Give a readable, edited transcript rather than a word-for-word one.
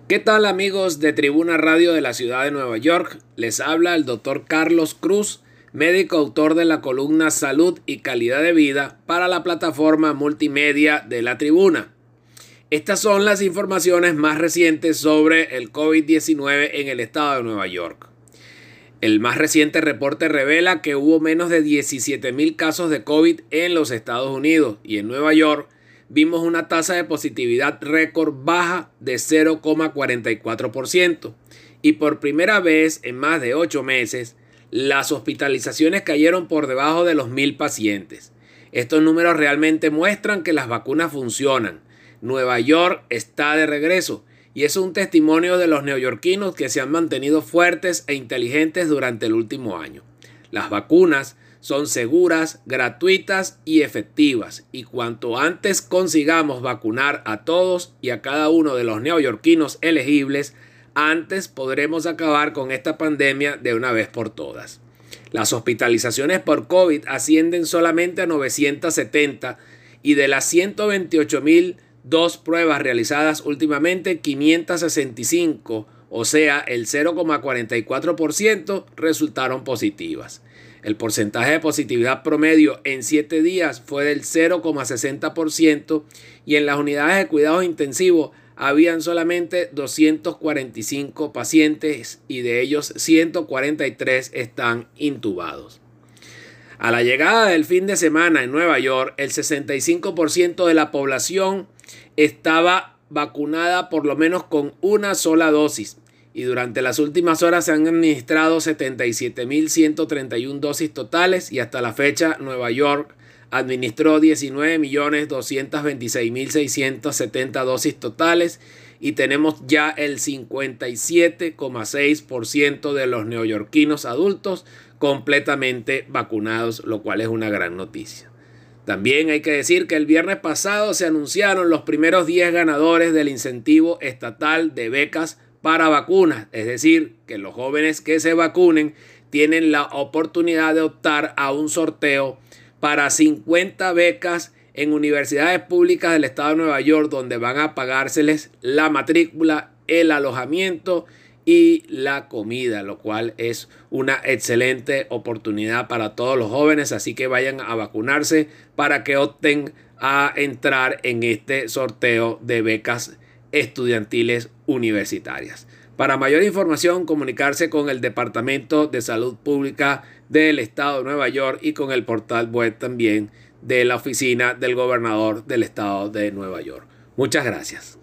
¿Qué tal, amigos de Tribuna Radio de la ciudad de Nueva York? Les habla el doctor Carlos Cruz, médico autor de la columna Salud y Calidad de Vida para la plataforma multimedia de la Tribuna. Estas son las informaciones más recientes sobre el COVID-19 en el estado de Nueva York. El más reciente reporte revela que hubo menos de 17,000 casos de COVID en los Estados Unidos y en Nueva York vimos una tasa de positividad récord baja de 0,44%. Y por primera vez en más de 8 meses, las hospitalizaciones cayeron por debajo de los 1,000 pacientes. Estos números realmente muestran que las vacunas funcionan. Nueva York está de regreso y es un testimonio de los neoyorquinos que se han mantenido fuertes e inteligentes durante el último año. Las vacunas son seguras, gratuitas y efectivas, y cuanto antes consigamos vacunar a todos y a cada uno de los neoyorquinos elegibles, antes podremos acabar con esta pandemia de una vez por todas. Las hospitalizaciones por COVID ascienden solamente a 970 y de las 128,002 pruebas realizadas últimamente, 565, o sea, el 0,44%, resultaron positivas. El porcentaje de positividad promedio en 7 días fue del 0,60% y en las unidades de cuidados intensivos habían solamente 245 pacientes y de ellos 143 están intubados. A la llegada del fin de semana en Nueva York, el 65% de la población estaba vacunada por lo menos con una sola dosis. Y durante las últimas horas se han administrado 77,131 dosis totales y hasta la fecha Nueva York administró 19,226,670 dosis totales y tenemos ya el 57,6% de los neoyorquinos adultos completamente vacunados, lo cual es una gran noticia. También hay que decir que el viernes pasado se anunciaron los primeros 10 ganadores del incentivo estatal de becas para vacunas, es decir, que los jóvenes que se vacunen tienen la oportunidad de optar a un sorteo para 50 becas en universidades públicas del estado de Nueva York, donde van a pagárseles la matrícula, el alojamiento y la comida, lo cual es una excelente oportunidad para todos los jóvenes, así que vayan a vacunarse para que opten a entrar en este sorteo de becas estudiantiles universitarias. Para mayor información, comunicarse con el Departamento de Salud Pública del Estado de Nueva York y con el portal web también de la oficina del gobernador del Estado de Nueva York. Muchas gracias.